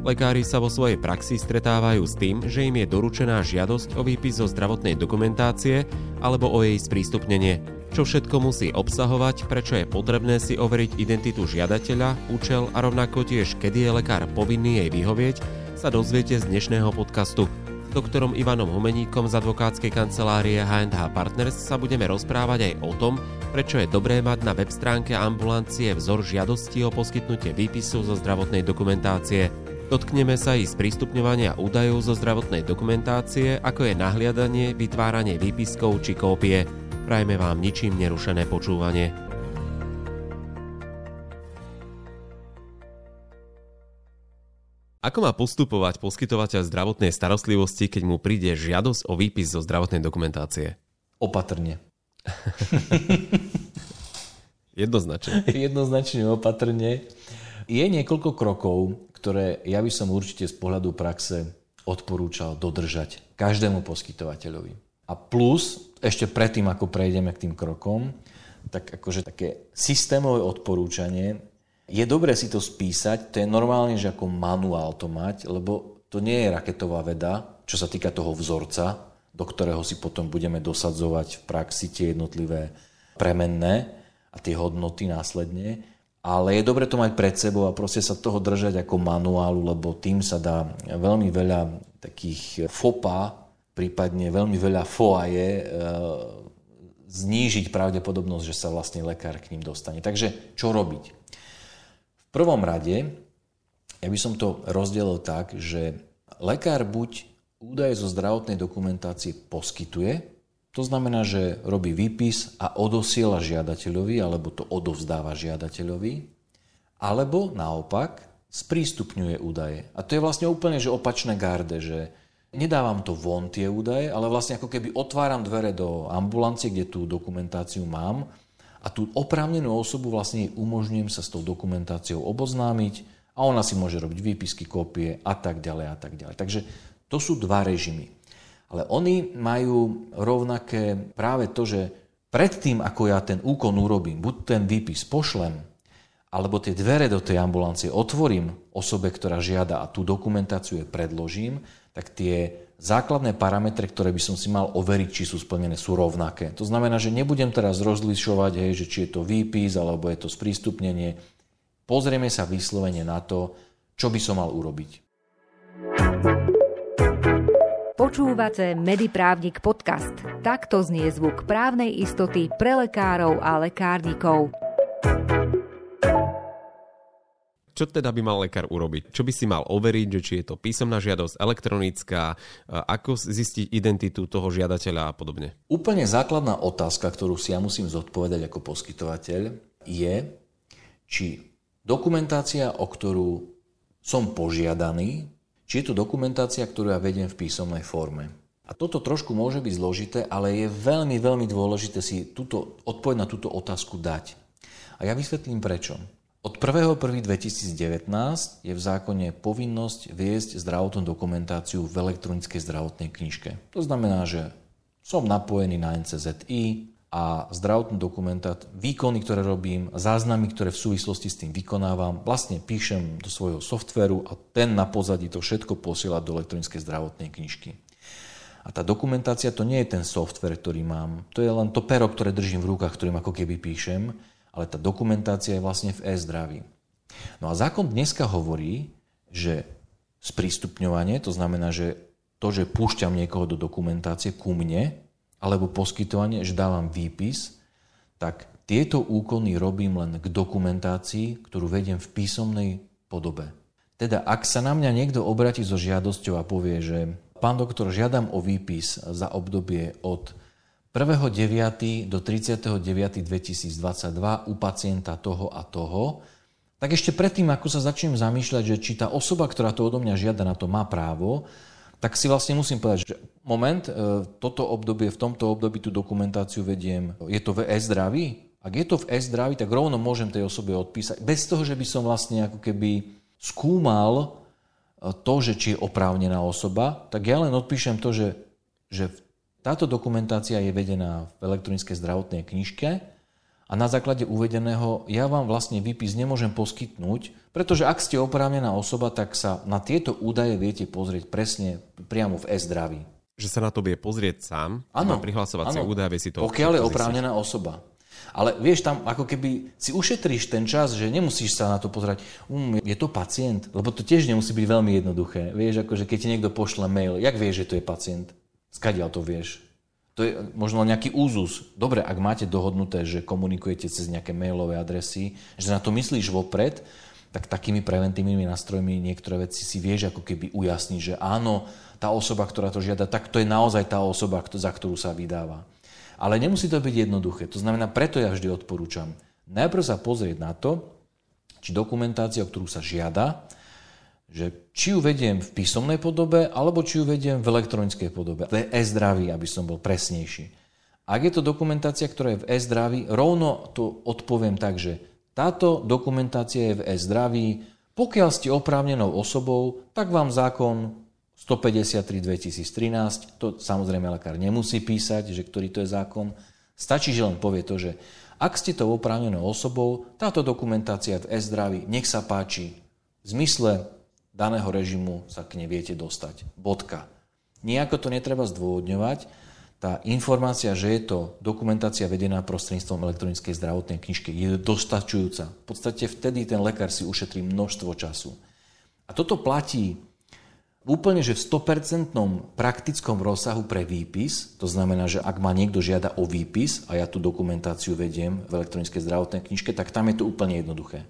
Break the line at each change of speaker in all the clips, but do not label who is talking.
Lekári sa vo svojej praxi stretávajú s tým, že im je doručená žiadosť o výpis zo zdravotnej dokumentácie alebo o jej sprístupnenie. Čo všetko musí obsahovať, prečo je potrebné si overiť identitu žiadateľa, účel a rovnako tiež, kedy je lekár povinný jej vyhovieť, sa dozviete z dnešného podcastu. S doktorom Ivanom Humeníkom z advokátskej kancelárie H&H Partners sa budeme rozprávať aj o tom, prečo je dobré mať na web stránke ambulancie vzor žiadosti o poskytnutie výpisu zo zdravotnej dokumentácie. Dotkneme sa i sprístupňovania údajov zo zdravotnej dokumentácie, ako je nahliadanie, vytváranie výpiskov či kópie. Prajme vám ničím nerušené počúvanie. Ako má postupovať poskytovateľ zdravotnej starostlivosti, keď mu príde žiadosť o výpis zo zdravotnej dokumentácie?
Opatrne.
Jednoznačne.
Jednoznačne opatrne. Je niekoľko krokov, ktoré ja by som určite z pohľadu praxe odporúčal dodržať každému poskytovateľovi. A plus, ešte predtým, ako prejdeme k tým krokom, tak akože také systémové odporúčanie. Je dobré si to spísať, to je normálne, že ako manuál to mať, lebo to nie je raketová veda, čo sa týka toho vzorca, do ktorého si potom budeme dosadzovať v praxi tie jednotlivé premenné a tie hodnoty následne. Ale je dobre to mať pred sebou a proste sa toho držať ako manuálu, lebo tým sa dá veľmi veľa takých fopa, prípadne veľmi veľa foaje znížiť pravdepodobnosť, že sa vlastne lekár k ním dostane. Takže čo robiť? V prvom rade, ja by som to rozdelil tak, že lekár buď údaje zo zdravotnej dokumentácie poskytuje, to znamená, že robí výpis a odosiela žiadateľovi, alebo to odovzdáva žiadateľovi, alebo naopak sprístupňuje údaje. A to je vlastne úplne že opačné garde, že nedávam to von tie údaje, ale vlastne ako keby otváram dvere do ambulancie, kde tú dokumentáciu mám, a tú oprávnenú osobu vlastne jej umožňujem sa s tou dokumentáciou oboznámiť a ona si môže robiť výpisky, kópie a tak ďalej a tak ďalej. Takže to sú dva režimy. Ale oni majú rovnaké práve to, že predtým, ako ja ten úkon urobím, buď ten výpis pošlem, alebo tie dvere do tej ambulancie otvorím osobe, ktorá žiada a tú dokumentáciu jej predložím, tak tie základné parametre, ktoré by som si mal overiť, či sú splnené, sú rovnaké. To znamená, že nebudem teraz rozlišovať, že či je to výpis, alebo je to sprístupnenie. Pozrieme sa vyslovene na to, čo by som mal urobiť.
Počúvate Mediprávnik podcast. Takto znie zvuk právnej istoty pre lekárov a lekárnikov.
Čo teda by mal lekár urobiť? Čo by si mal overiť, že či je to písomná žiadosť, elektronická, ako zistiť identitu toho žiadateľa a podobne?
Úplne základná otázka, ktorú si ja musím zodpovedať ako poskytovateľ, je, či dokumentácia, o ktorú som požiadaný, či je to dokumentácia, ktorú ja vediem v písomnej forme. A toto trošku môže byť zložité, ale je veľmi, veľmi dôležité si odpoveď na túto otázku dať. A ja vysvetlím prečo. Od 1.1.2019 je v zákone povinnosť viesť zdravotnú dokumentáciu v elektronickej zdravotnej knižke. To znamená, že som napojený na NCZI a zdravotnú dokumentáciu, výkony, ktoré robím, záznamy, ktoré v súvislosti s tým vykonávam, vlastne píšem do svojho softvéru a ten na pozadí to všetko posiela do elektronickej zdravotnej knižky. A tá dokumentácia to nie je ten softvér, ktorý mám, to je len to pero, ktoré držím v rukách, ktorým ako keby píšem, ale tá dokumentácia je vlastne v e-zdraví. No a zákon dneska hovorí, že sprístupňovanie, to znamená, že to, že púšťam niekoho do dokumentácie ku mne, alebo poskytovanie, že dávam výpis, tak tieto úkony robím len k dokumentácii, ktorú vediem v písomnej podobe. Teda ak sa na mňa niekto obratí so žiadosťou a povie, že pán doktor, žiadam o výpis za obdobie od 1.9. do 39.2022 u pacienta toho a toho, tak ešte predtým, ako sa začnem zamýšľať, že či tá osoba, ktorá to odo mňa žiada, na to má právo, tak si vlastne musím povedať, že moment, toto obdobie, v tomto období tú dokumentáciu vediem, je to v e-zdraví? Ak je to v e-zdraví, tak rovno môžem tej osobe odpísať, bez toho, že by som vlastne ako keby skúmal to, že či je oprávnená osoba, tak ja len odpíšem to, že táto dokumentácia je vedená v elektronickej zdravotnej knižke A na základe uvedeného ja vám vlastne výpis nemôžem poskytnúť, pretože ak ste oprávnená osoba, tak sa na tieto údaje viete pozrieť presne priamo v e-zdraví.
Že sa na to vie pozrieť sám, má prihlasovacie údaje, vie si to...
Pokiaľ je oprávnená osoba. Ale vieš, tam ako keby si ušetríš ten čas, že nemusíš sa na to pozerať, je to pacient? Lebo to tiež nemusí byť veľmi jednoduché. Vieš, akože keď ti niekto pošle mail, jak vieš, že to je pacient? Skadiaľ to vieš? To je možno nejaký úzus. Dobre, ak máte dohodnuté, že komunikujete cez nejaké mailové adresy, že na to myslíš vopred, tak takými preventívnymi nástrojmi niektoré veci si vieš ako keby ujasniť, že áno, tá osoba, ktorá to žiada, tak to je naozaj tá osoba, za ktorú sa vydáva. Ale nemusí to byť jednoduché. To znamená, preto ja vždy odporúčam najprv sa pozrieť na to, či dokumentácia, o ktorú sa žiada, že či ju vediem v písomnej podobe, alebo či ju vediem v elektronickej podobe. To je e-zdraví, aby som bol presnejší. Ak je to dokumentácia, ktorá je v e-zdraví, rovno to odpoviem tak, že táto dokumentácia je v e-zdraví, pokiaľ ste oprávnenou osobou, tak vám zákon 153/2013, to samozrejme lekár nemusí písať, že ktorý to je zákon, stačí, že len povie to, že ak ste to oprávnenou osobou, táto dokumentácia v e-zdraví, nech sa páči, v zmysle daného režimu sa k nej viete dostať. Bodka. Nijako to netreba zdôvodňovať. Tá informácia, že je to dokumentácia vedená prostredníctvom elektronickej zdravotnej knižky, je dostačujúca. V podstate vtedy ten lekár si ušetrí množstvo času. A toto platí úplne, že v 100% praktickom rozsahu pre výpis, to znamená, že ak ma niekto žiada o výpis a ja tú dokumentáciu vediem v elektronickej zdravotnej knižke, tak tam je to úplne jednoduché.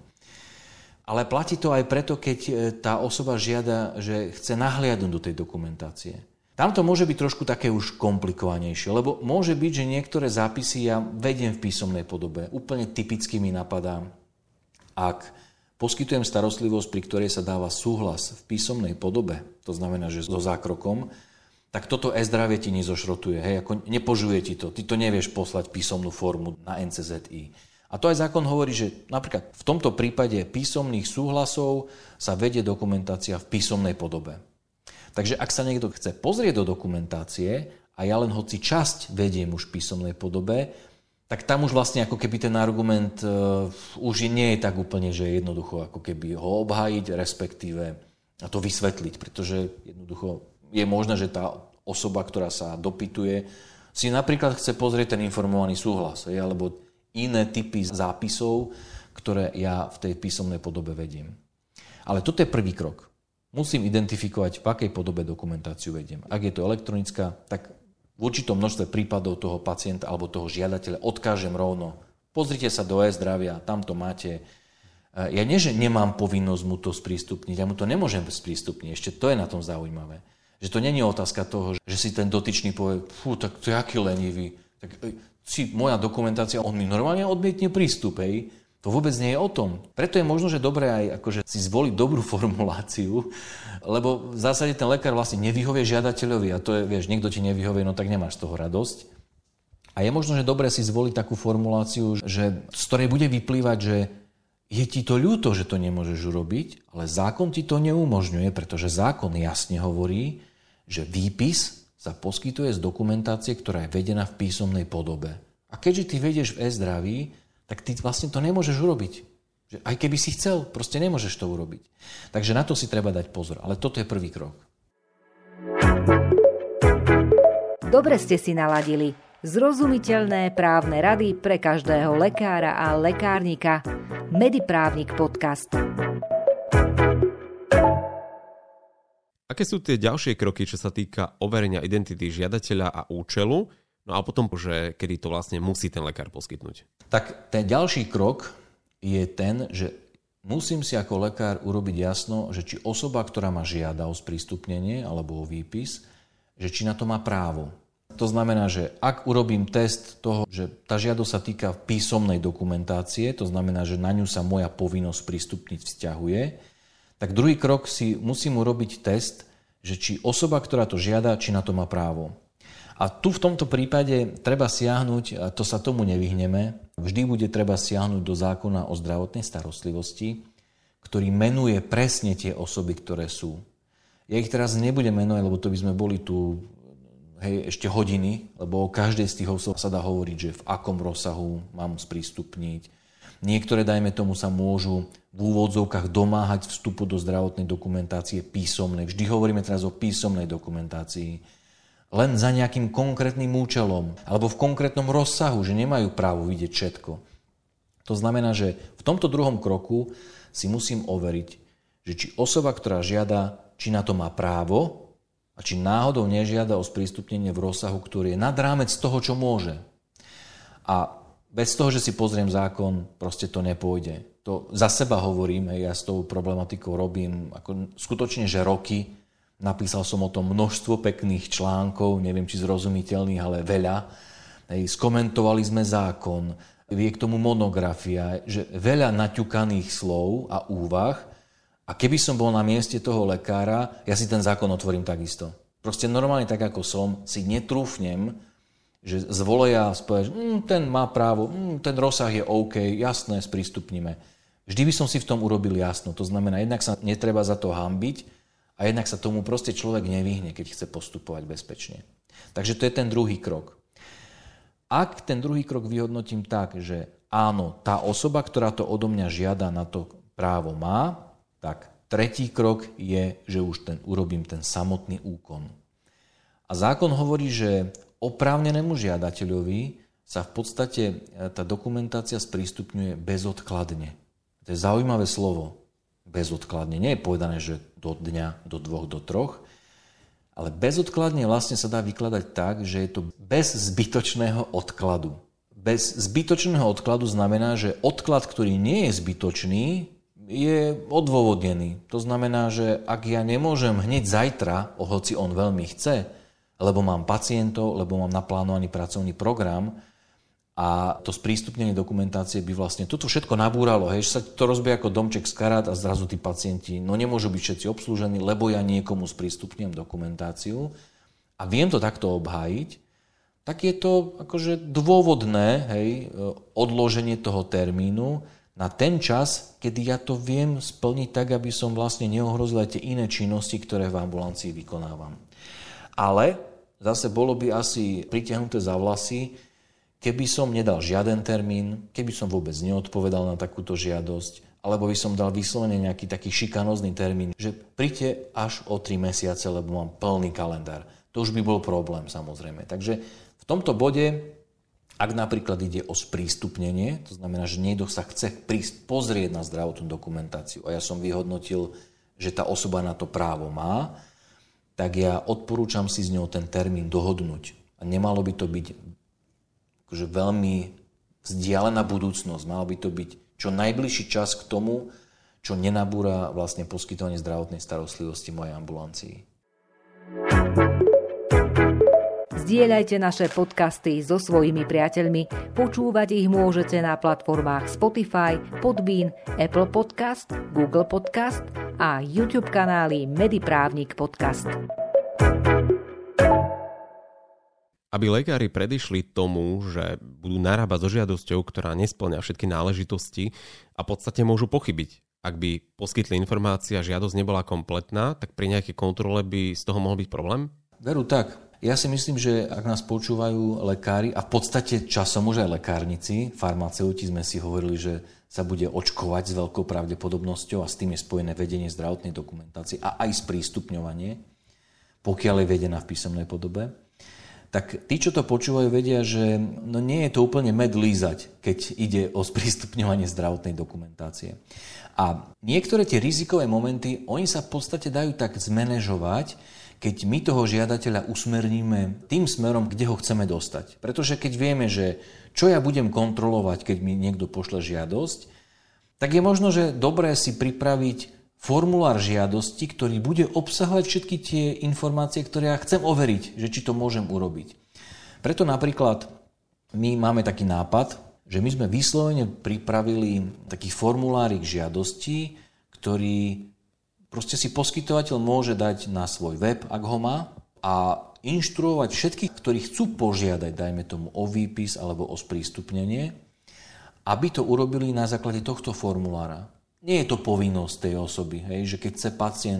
Ale platí to aj preto, keď tá osoba žiada, že chce nahliadnúť do tej dokumentácie. Tam to môže byť trošku také už komplikovanejšie, lebo môže byť, že niektoré zápisy ja vediem v písomnej podobe. Úplne typicky mi napadá, ak poskytujem starostlivosť, pri ktorej sa dáva súhlas v písomnej podobe, to znamená, že so zákrokom, tak toto e-zdravie ti nezošrotuje, hej, ako nepožuje ti to, ty to nevieš poslať písomnú formu na NCZI. A to aj zákon hovorí, že napríklad v tomto prípade písomných súhlasov sa vedie dokumentácia v písomnej podobe. Takže ak sa niekto chce pozrieť do dokumentácie a ja len hoci časť vediem už v písomnej podobe, tak tam už vlastne ako keby ten argument už nie je tak úplne, že je jednoducho ako keby ho obhájiť, respektíve to vysvetliť, pretože jednoducho je možné, že tá osoba, ktorá sa dopytuje, si napríklad chce pozrieť ten informovaný súhlas, alebo iné typy zápisov, ktoré ja v tej písomnej podobe vediem. Ale toto je prvý krok. Musím identifikovať, v akej podobe dokumentáciu vediem. Ak je to elektronická, tak v určitom množstve prípadov toho pacienta alebo toho žiadateľa odkážem rovno. Pozrite sa do e-zdravia, tam to máte. Ja nie, že nemám povinnosť mu to sprístupniť, ja mu to nemôžem sprístupniť. Ešte to je na tom zaujímavé. Že to nie je otázka toho, že si ten dotyčný povie, tak to je aký lenivý. Tak si moja dokumentácia, on mi normálne odmietne prístup, hej. To vôbec nie je o tom. Preto je možno, že dobré aj akože si zvoliť dobrú formuláciu, lebo v zásade ten lekár vlastne nevyhovie žiadateľovi a to je, vieš, niekto ti nevyhovie, no tak nemáš z toho radosť. A je možno, že dobré si zvoliť takú formuláciu, že, z ktorej bude vyplývať, že je ti to ľúto, že to nemôžeš urobiť, ale zákon ti to neumožňuje, pretože zákon jasne hovorí, že výpis sa poskytuje z dokumentácie, ktorá je vedená v písomnej podobe. A keďže ty vedieš v e-zdraví, tak ty vlastne to nemôžeš urobiť. Že aj keby si chcel, proste nemôžeš to urobiť. Takže na to si treba dať pozor. Ale toto je prvý krok.
Dobre ste si naladili. Zrozumiteľné právne rady pre každého lekára a lekárnika. Mediprávnik podcast.
Aké sú tie ďalšie kroky, čo sa týka overenia identity žiadateľa a účelu? No a potom, že kedy to vlastne musí ten lekár poskytnúť?
Tak ten ďalší krok je ten, že musím si ako lekár urobiť jasno, že či osoba, ktorá ma žiada o sprístupnenie alebo o výpis, že či na to má právo. To znamená, že ak urobím test toho, že tá žiadosť sa týka písomnej dokumentácie, to znamená, že na ňu sa moja povinnosť sprístupniť vzťahuje, tak druhý krok si musím urobiť test, že či osoba, ktorá to žiada, či na to má právo. A tu v tomto prípade treba siahnuť, a to sa tomu nevyhneme, vždy bude treba siahnuť do zákona o zdravotnej starostlivosti, ktorý menuje presne tie osoby, ktoré sú. Ja ich teraz nebudem menovať, lebo to by sme boli tu ešte hodiny, lebo o každej z tých osob sa dá hovoriť, že v akom rozsahu mám sprístupniť. Niektoré, dajme tomu, sa môžu v úvodzovkách domáhať vstupu do zdravotnej dokumentácie písomnej. Vždy hovoríme teraz o písomnej dokumentácii. Len za nejakým konkrétnym účelom alebo v konkrétnom rozsahu, že nemajú právo vidieť všetko. To znamená, že v tomto druhom kroku si musím overiť, že či osoba, ktorá žiada, či na to má právo a či náhodou nežiada o sprístupnenie v rozsahu, ktorý je nad rámec toho, čo môže. A bez toho, že si pozriem zákon, proste to nepôjde. To za seba hovorím, ja s tou problematikou robím ako skutočne, že roky. Napísal som o tom množstvo pekných článkov, neviem, či zrozumiteľných, ale veľa. Skomentovali sme zákon, je k tomu monografia, že veľa naťukaných slov a úvah. A keby som bol na mieste toho lekára, ja si ten zákon otvorím takisto. Proste normálne tak, ako som, si netrúfnem, že z voleja spovieš, ten má právo, ten rozsah je OK, jasné, sprístupníme. Vždy by som si v tom urobil jasno. To znamená, jednak sa netreba za to hanbiť a jednak sa tomu proste človek nevyhne, keď chce postupovať bezpečne. Takže to je ten druhý krok. Ak ten druhý krok vyhodnotím tak, že áno, tá osoba, ktorá to odo mňa žiada, na to právo má, tak tretí krok je, že už urobím ten samotný úkon. A zákon hovorí, že oprávnenému žiadateľovi sa v podstate tá dokumentácia sprístupňuje bezodkladne. To je zaujímavé slovo. Bezodkladne. Nie je povedané, že do dňa, do 2, do 3, ale bezodkladne vlastne sa dá vykladať tak, že je to bez zbytočného odkladu. Bez zbytočného odkladu znamená, že odklad, ktorý nie je zbytočný, je odôvodnený. To znamená, že ak ja nemôžem hneď zajtra, hoci on veľmi chce, lebo mám pacientov, lebo mám naplánovaný pracovný program a to sprístupnenie dokumentácie by vlastne toto všetko nabúralo, že sa to rozbije ako domček z karát a zrazu tí pacienti nemôžu byť všetci obslúžení, lebo ja niekomu sprístupňujem dokumentáciu a viem to takto obhájiť, tak je to akože dôvodné odloženie toho termínu na ten čas, kedy ja to viem splniť tak, aby som vlastne neohrozil aj tie iné činnosti, ktoré v ambulancii vykonávam. Ale zase bolo by asi pritiahnuté za vlasy, keby som nedal žiaden termín, keby som vôbec neodpovedal na takúto žiadosť, alebo by som dal vyslovene nejaký taký šikanózny termín, že príďte až o 3 mesiace, lebo mám plný kalendár. To už by bol problém, samozrejme. Takže v tomto bode, ak napríklad ide o sprístupnenie, to znamená, že niekto sa chce prísť pozrieť na zdravotnú dokumentáciu a ja som vyhodnotil, že tá osoba na to právo má, tak ja odporúčam si s ňou ten termín dohodnúť. A nemalo by to byť akože veľmi vzdialená budúcnosť. Malo by to byť čo najbližší čas k tomu, čo nenabúra vlastne poskytovanie zdravotnej starostlivosti mojej ambulancii.
Zdieľajte naše podcasty so svojimi priateľmi. Počúvať ich môžete na platformách Spotify, Podbean, Apple Podcast, Google Podcast a YouTube kanály Mediprávnik Podcast.
Aby lekári predišli tomu, že budú narábať so žiadosťou, ktorá nespĺňa všetky náležitosti a v podstate môžu pochybiť. Ak by poskytli informácia a žiadosť nebola kompletná, tak pri nejakej kontrole by z toho mohol byť problém?
Veru tak. Ja si myslím, že ak nás počúvajú lekári a v podstate časom už aj lekárnici, farmaceuti sme si hovorili, že sa bude očkovať s veľkou pravdepodobnosťou a s tým je spojené vedenie zdravotnej dokumentácie a aj sprístupňovanie, pokiaľ je vedená v písomnej podobe, tak tí, čo to počúvajú, vedia, že nie je to úplne med lízať, keď ide o sprístupňovanie zdravotnej dokumentácie. A niektoré tie rizikové momenty, oni sa v podstate dajú tak zmanéžovať, keď my toho žiadateľa usmerníme tým smerom, kde ho chceme dostať. Pretože keď vieme, že čo ja budem kontrolovať, keď mi niekto pošle žiadosť, tak je možno, že dobré si pripraviť formulár žiadosti, ktorý bude obsahovať všetky tie informácie, ktoré ja chcem overiť, že či to môžem urobiť. Preto napríklad my máme taký nápad, že my sme vyslovene pripravili taký formulárik žiadosti, ktorý proste si poskytovateľ môže dať na svoj web, ak ho má, a inštruovať všetkých, ktorí chcú požiadať, dajme tomu, o výpis alebo o sprístupnenie, aby to urobili na základe tohto formulára. Nie je to povinnosť tej osoby, že keď chce pacient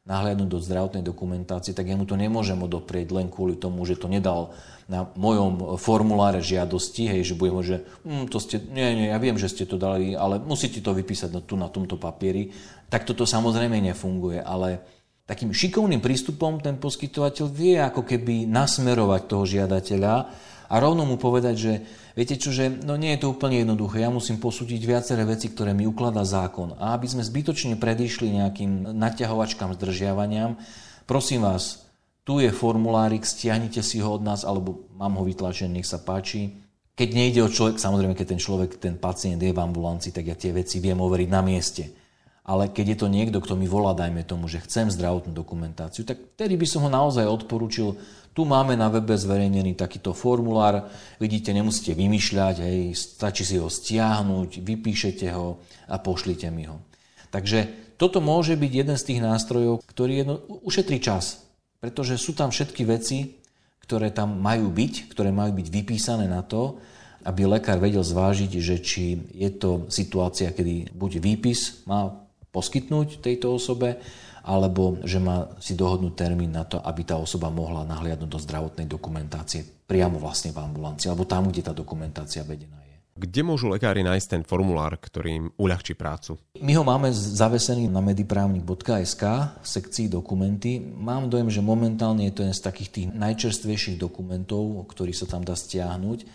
nahliadnúť do zdravotnej dokumentácie, tak ja mu to nemôžem odoprieť len kvôli tomu, že to nedal na mojom formuláre žiadosti, hej, že budem že to ste, nie, ja viem, že ste to dali, ale musíte to vypísať na tomto papieri. Tak toto samozrejme nefunguje, ale takým šikovným prístupom ten poskytovateľ vie ako keby nasmerovať toho žiadateľa a rovno mu povedať, že viete čo, že nie je to úplne jednoduché, ja musím posúdiť viaceré veci, ktoré mi ukladá zákon. A aby sme zbytočne predišli nejakým naťahovačkám, zdržiavaniam, prosím vás, tu je formulárik, stiahnite si ho od nás, alebo mám ho vytlačený, nech sa páči. Keď nejde o človek, samozrejme, keď ten pacient je v ambulancii, tak ja tie veci viem overiť na mieste. Ale keď je to niekto, kto mi volá, dajme tomu, že chcem zdravotnú dokumentáciu, tak vtedy by som ho naozaj odporúčil. Tu máme na webe zverejnený takýto formulár, vidíte, nemusíte vymýšľať, hej, stačí si ho stiahnuť, vypíšete ho a pošlite mi ho. Takže toto môže byť jeden z tých nástrojov, ktorý ušetrí čas, pretože sú tam všetky veci, ktoré tam majú byť, ktoré majú byť vypísané na to, aby lekár vedel zvážiť, že či je to situácia, kedy buď výpis má poskytnúť tejto osobe, alebo že má si dohodnúť termín na to, aby tá osoba mohla nahliadnúť do zdravotnej dokumentácie priamo vlastne v ambulancii, alebo tam, kde tá dokumentácia vedená je.
Kde môžu lekári nájsť ten formulár, ktorý im uľahčí prácu?
My ho máme zavesený na mediprávnik.sk v sekcii dokumenty. Mám dojem, že momentálne je to jeden z takých tých najčerstvejších dokumentov, ktorý sa tam dá stiahnuť.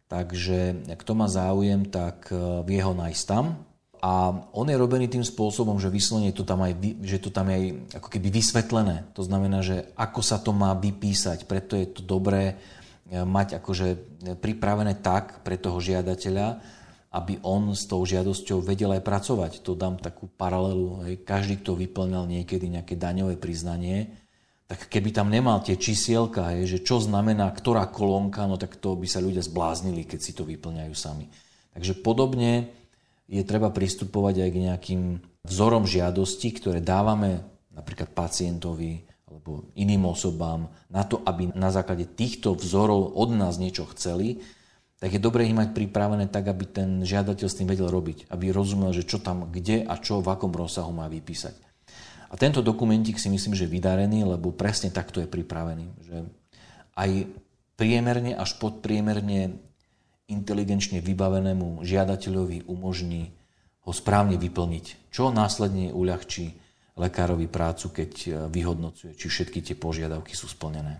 Takže kto má záujem, tak vie ho nájsť tam. A on je robený tým spôsobom, že vyslovene to tam je aj ako keby vysvetlené. To znamená, že ako sa to má vypísať, preto je to dobré mať akože pripravené tak pre toho žiadateľa, aby on s tou žiadosťou vedel aj pracovať. To dám takú paralelu. Každý, kto vyplňal niekedy nejaké daňové priznanie, tak keby tam nemal tie čísielka, že čo znamená ktorá kolónka, no tak to by sa ľudia zbláznili, keď si to vyplňajú sami. Takže podobne je treba pristupovať aj k nejakým vzorom žiadosti, ktoré dávame napríklad pacientovi alebo iným osobám na to, aby na základe týchto vzorov od nás niečo chceli, tak je dobré ich mať pripravené tak, aby ten žiadateľ s tým vedel robiť, aby rozumel, že čo tam, kde a čo, v akom rozsahu má vypísať. A tento dokumentík si myslím, že je vydarený, lebo presne takto je pripravený. Že aj priemerne až podpriemerne inteligenčne vybavenému žiadateľovi umožní ho správne vyplniť, čo následne uľahčí lekárovi prácu, keď vyhodnocuje, či všetky tie požiadavky sú splnené.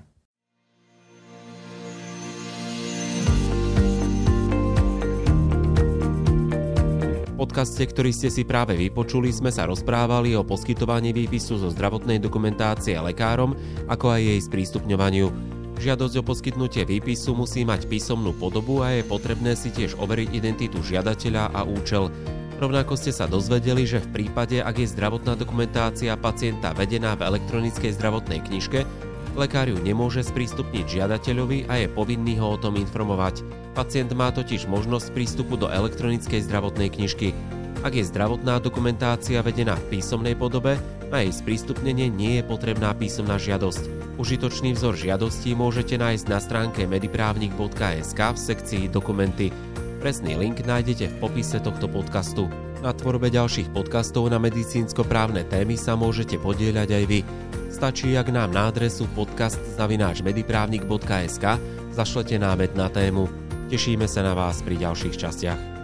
V podcaste, ktorý ste si práve vypočuli, sme sa rozprávali o poskytovaní výpisu zo zdravotnej dokumentácie lekárom, ako aj jej sprístupňovaniu. Žiadosť o poskytnutie výpisu musí mať písomnú podobu a je potrebné si tiež overiť identitu žiadateľa a účel. Rovnako ste sa dozvedeli, že v prípade, ak je zdravotná dokumentácia pacienta vedená v elektronickej zdravotnej knižke, lekár ju nemôže sprístupniť žiadateľovi a je povinný ho o tom informovať. Pacient má totiž možnosť prístupu do elektronickej zdravotnej knižky. Ak je zdravotná dokumentácia vedená v písomnej podobe, na jej sprístupnenie nie je potrebná písomná žiadosť. Užitočný vzor žiadosti môžete nájsť na stránke mediprávnik.sk v sekcii Dokumenty. Presný link nájdete v popise tohto podcastu. Na tvorbe ďalších podcastov na medicínsko-právne témy sa môžete podieľať aj vy. Stačí, ak nám na adresu podcast@mediprávnik.sk zašlete námet na tému. Tešíme sa na vás pri ďalších častiach.